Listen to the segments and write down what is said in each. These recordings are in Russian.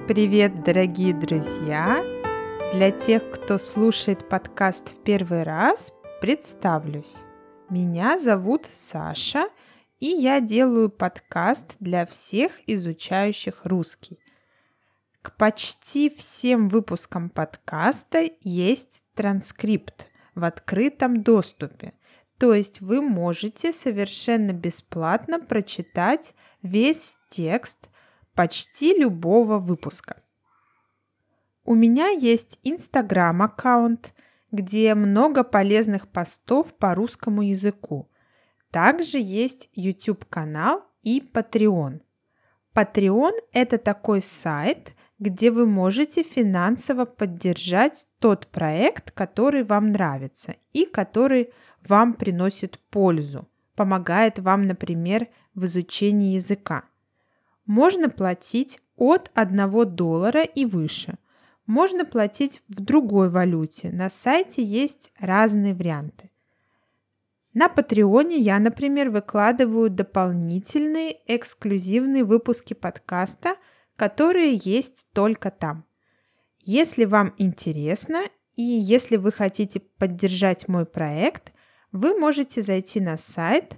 Привет, дорогие друзья! Для тех, кто слушает подкаст в первый раз, представлюсь. Меня зовут Саша, и я делаю подкаст для всех изучающих русский. К почти всем выпускам подкаста есть транскрипт в открытом доступе. То есть вы можете совершенно бесплатно прочитать весь текст почти любого выпуска. У меня есть Instagram-аккаунт, где много полезных постов по русскому языку. Также есть YouTube-канал и Patreon. Patreon – это такой сайт, где вы можете финансово поддержать тот проект, который вам нравится и который вам приносит пользу, помогает вам, например, в изучении языка. Можно платить от $1 и выше. Можно платить в другой валюте. На сайте есть разные варианты. На Патреоне я, например, выкладываю дополнительные эксклюзивные выпуски подкаста, которые есть только там. Если вам интересно и если вы хотите поддержать мой проект, вы можете зайти на сайт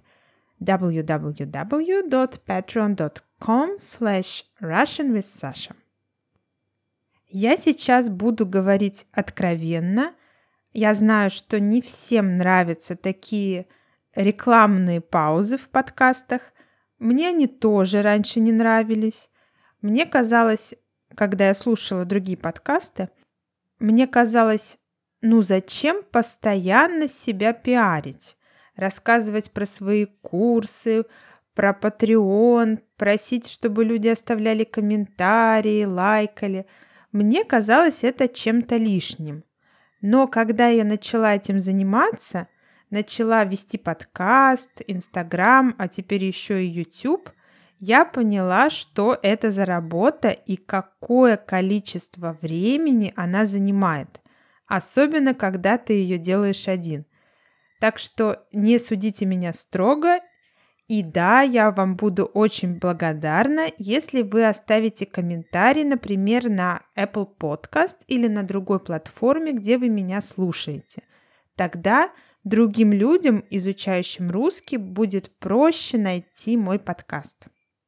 www.patreon.com/russianwithsasha. Я сейчас буду говорить откровенно. Я знаю, что не всем нравятся такие рекламные паузы в подкастах. Мне они тоже раньше не нравились. Мне казалось, когда я слушала другие подкасты, зачем постоянно себя пиарить? Рассказывать про свои курсы, про Patreon, просить, чтобы люди оставляли комментарии, лайкали. Мне казалось это чем-то лишним. Но когда я начала этим заниматься, начала вести подкаст, Instagram, а теперь еще и YouTube, я поняла, что это за работа и какое количество времени она занимает. Особенно, когда ты ее делаешь один. Так что не судите меня строго. И да, я вам буду очень благодарна, если вы оставите комментарий, например, на Apple Podcast или на другой платформе, где вы меня слушаете. Тогда другим людям, изучающим русский, будет проще найти мой подкаст.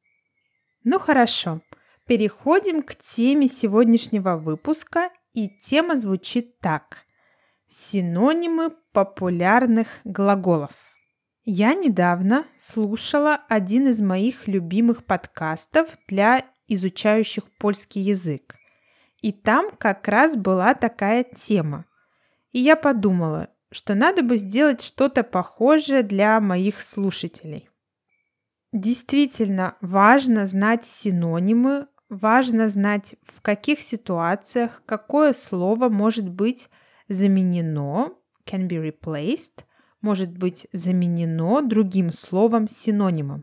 Ну хорошо, переходим к теме сегодняшнего выпуска, и тема звучит так. Синонимы популярных глаголов. Я недавно слушала один из моих любимых подкастов для изучающих польский язык. И там как раз была такая тема. И я подумала, что надо бы сделать что-то похожее для моих слушателей. Действительно важно знать синонимы, важно знать, в каких ситуациях какое слово может быть заменено, can be replaced, может быть заменено другим словом-синонимом.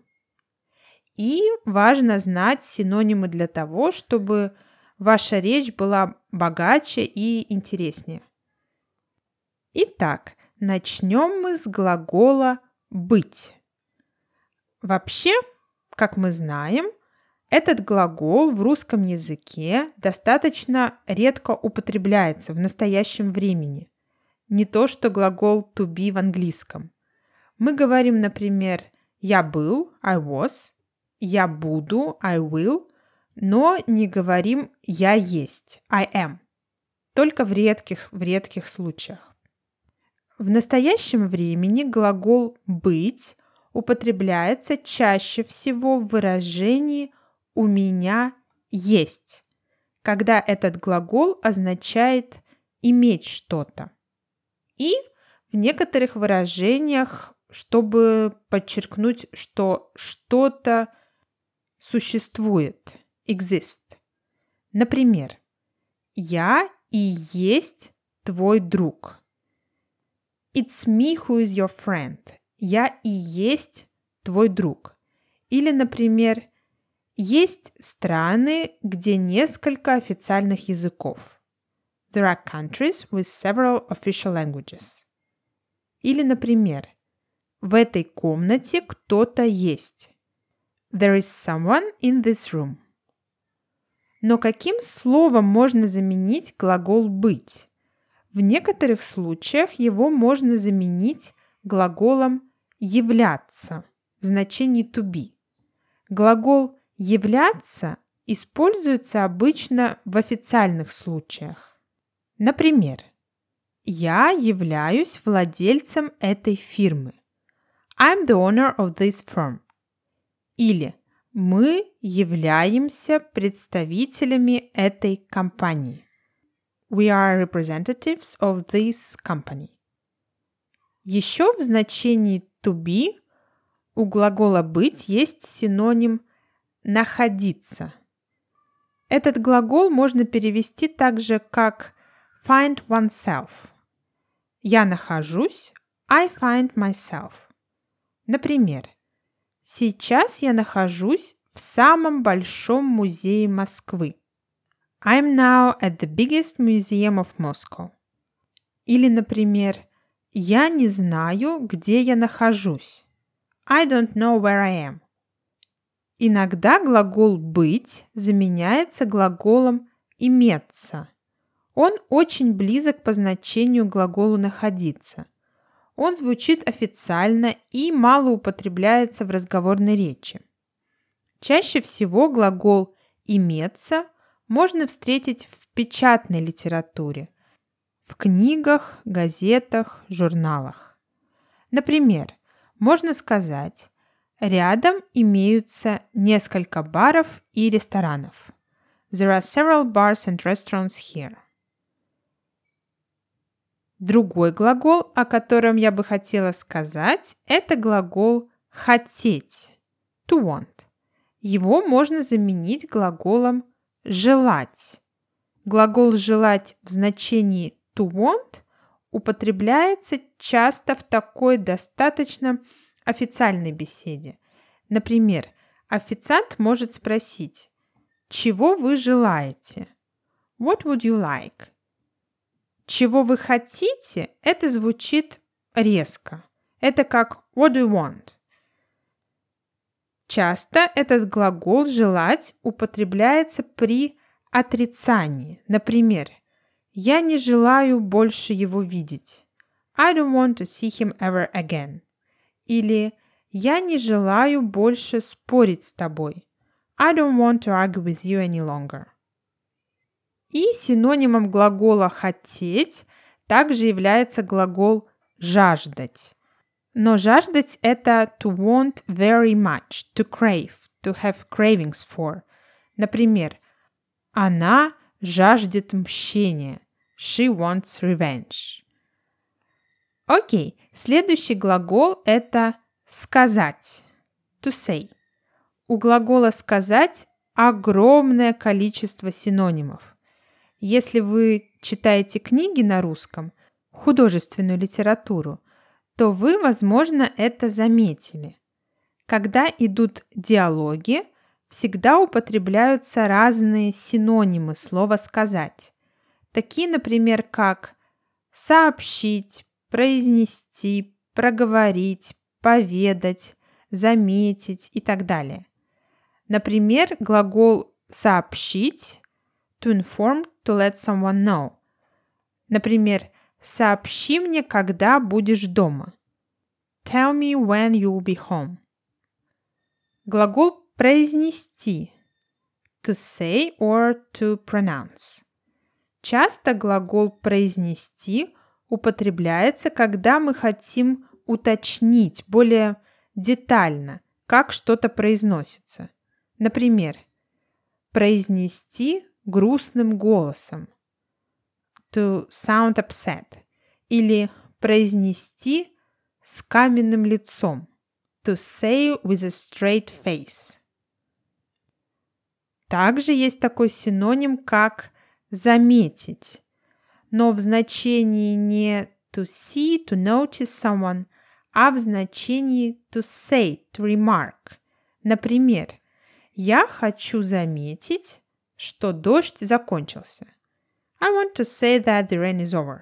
И важно знать синонимы для того, чтобы ваша речь была богаче и интереснее. Итак, начнем мы с глагола «быть». Вообще, как мы знаем, этот глагол в русском языке достаточно редко употребляется в настоящем времени. Не то, что глагол to be в английском. Мы говорим, например, я был, I was, я буду, I will, но не говорим я есть, I am. Только в редких случаях. В настоящем времени глагол быть употребляется чаще всего в выражении у меня есть, когда этот глагол означает иметь что-то. И в некоторых выражениях, чтобы подчеркнуть, что что-то существует, exist. Например, я и есть твой друг. It's me who is your friend. Я и есть твой друг. Или, например, есть страны, где несколько официальных языков. There are countries with several official languages. Или, например, в этой комнате кто-то есть. There is someone in this room. Но каким словом можно заменить глагол «быть»? В некоторых случаях его можно заменить глаголом «являться» в значении to be. Глагол «являться» используется обычно в официальных случаях. Например, «Я являюсь владельцем этой фирмы». I'm the owner of this firm. Или «Мы являемся представителями этой компании». We are representatives of this company. Еще в значении to be у глагола «быть» есть синоним «находиться». Этот глагол можно перевести также как find oneself. Я нахожусь, I find myself. Например, сейчас я нахожусь в самом большом музее Москвы. I'm now at the biggest museum of Moscow. Или, например, я не знаю, где я нахожусь. I don't know where I am. Иногда глагол «быть» заменяется глаголом «иметься». Он очень близок по значению к глаголу «находиться». Он звучит официально и мало употребляется в разговорной речи. Чаще всего глагол «иметься» можно встретить в печатной литературе, в книгах, газетах, журналах. Например, можно сказать «Рядом имеются несколько баров и ресторанов». There are several bars and restaurants here. Другой глагол, о котором я бы хотела сказать, это глагол «хотеть» to want. Его можно заменить глаголом «желать». Глагол «желать» в значении to want употребляется часто в такой достаточно официальной беседе. Например, официант может спросить «Чего вы желаете?» What would you like? «Чего вы хотите?» Это звучит резко. Это как «What do you want?» Часто этот глагол «желать» употребляется при отрицании. Например, «Я не желаю больше его видеть». I don't want to see him ever again. Или «Я не желаю больше спорить с тобой». I don't want to argue with you any longer. И синонимом глагола «хотеть» также является глагол «жаждать». Но жаждать – это to want very much, to crave, to have cravings for. Например, она жаждет мщения. She wants revenge. Окей, следующий глагол – это сказать, to say. У глагола «сказать» огромное количество синонимов. Если вы читаете книги на русском, художественную литературу, то вы, возможно, это заметили. Когда идут диалоги, всегда употребляются разные синонимы слова «сказать». Такие, например, как сообщить, произнести, проговорить, поведать, заметить и так далее. Например, глагол «сообщить» to inform, to let someone know. Например, «Сообщи мне, когда будешь дома». Tell me when you'll be home. Глагол «произнести» to say or to pronounce. Часто глагол «произнести» употребляется, когда мы хотим уточнить более детально, как что-то произносится. Например, произнести грустным голосом. To sound upset. Или произнести с каменным лицом. To say with a straight face. Также есть такой синоним, как заметить, но в значении не to see, to notice someone, а в значении to say, to remark. Например, я хочу заметить, что дождь закончился. I want to say that the rain is over.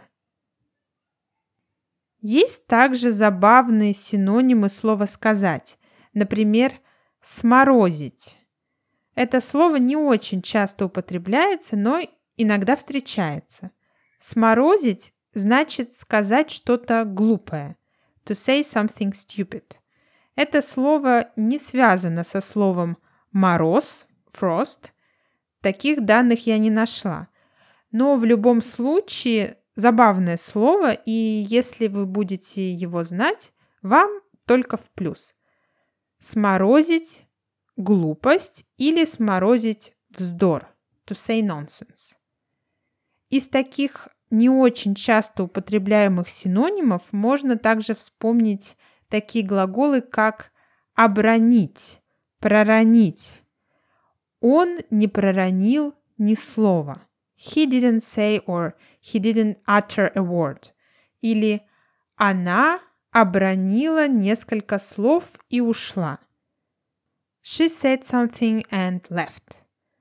Есть также забавные синонимы слова «сказать». Например, «сморозить». Это слово не очень часто употребляется, но иногда встречается. Сморозить значит сказать что-то глупое. To say something stupid. Это слово не связано со словом мороз, frost. Таких данных я не нашла. Но в любом случае забавное слово, и если вы будете его знать, вам только в плюс. Сморозить глупость или сморозить вздор. To say nonsense. Из таких не очень часто употребляемых синонимов можно также вспомнить такие глаголы, как обронить, проронить. Он не проронил ни слова. He didn't say or he didn't utter a word. Или она обронила несколько слов и ушла. She said something and left.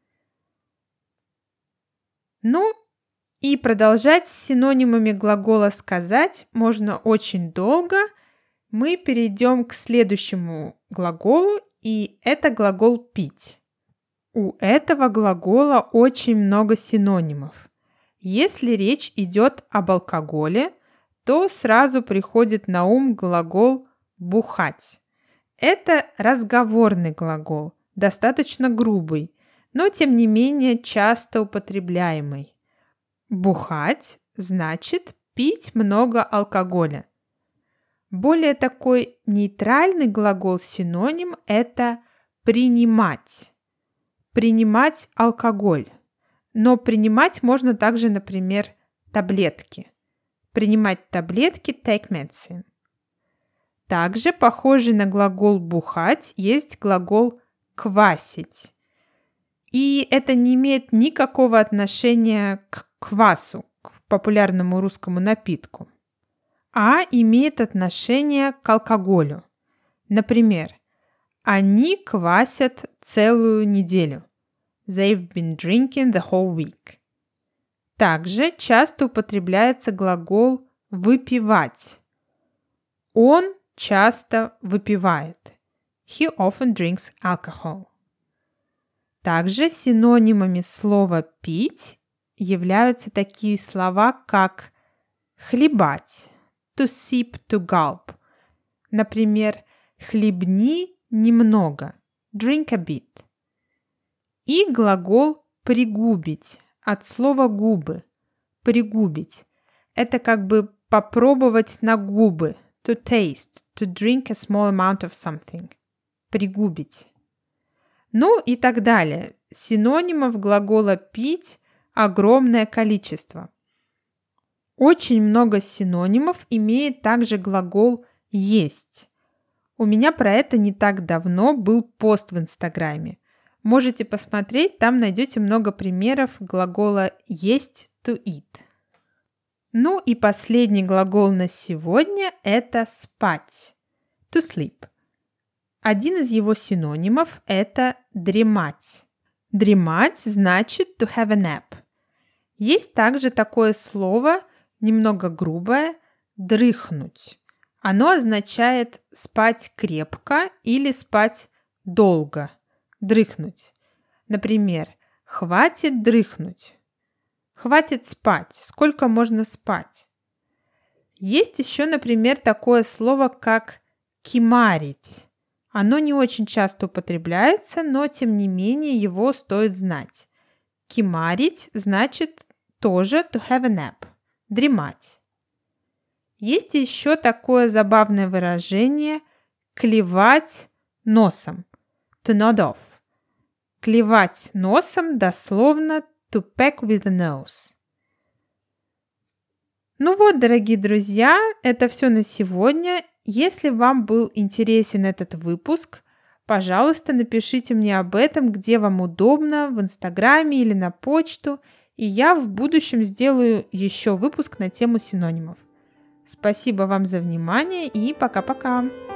Ну, и продолжать с синонимами глагола «сказать» можно очень долго. Мы перейдем к следующему глаголу, и это глагол «пить». У этого глагола очень много синонимов. Если речь идет об алкоголе, то сразу приходит на ум глагол «бухать». Это разговорный глагол, достаточно грубый, но тем не менее часто употребляемый. Бухать значит пить много алкоголя. Более такой нейтральный глагол-синоним – это принимать. Принимать алкоголь. Но принимать можно также, например, таблетки. Принимать таблетки – take medicine. Также похожий на глагол «бухать» есть глагол «квасить». И это не имеет никакого отношения к квасу, к популярному русскому напитку, а имеет отношение к алкоголю. Например, они квасят целую неделю. They've been drinking the whole week. Также часто употребляется глагол «выпивать». Он часто выпивает. He often drinks alcohol. Также синонимами слова «пить» являются такие слова, как «хлебать», to sip, to gulp. Например, «хлебни немного», drink a bit. И глагол «пригубить» от слова «губы», «пригубить». Это как бы попробовать на губы, to taste, to drink a small amount of something, пригубить. Ну и так далее. Синонимов глагола «пить» огромное количество. Очень много синонимов имеет также глагол «есть». У меня про это не так давно был пост в Инстаграме. Можете посмотреть, там найдете много примеров глагола «есть» to eat. Ну и последний глагол на сегодня – это «спать» to sleep. Один из его синонимов – это «дремать». Дремать значит to have a nap. Есть также такое слово, немного грубое, «дрыхнуть». Оно означает спать крепко или спать долго. Дрыхнуть. Например, «хватит дрыхнуть». Хватит спать. Сколько можно спать? Есть еще, например, такое слово, как «кимарить». Оно не очень часто употребляется, но тем не менее его стоит знать. Кимарить значит тоже to have a nap. Дремать. Есть еще такое забавное выражение «клевать носом». To nod off. Клевать носом дословно to peck with the nose. Ну вот, дорогие друзья, это все на сегодня. Если вам был интересен этот выпуск, пожалуйста, напишите мне об этом, где вам удобно, в Инстаграме или на почту, и я в будущем сделаю еще выпуск на тему синонимов. Спасибо вам за внимание и пока-пока!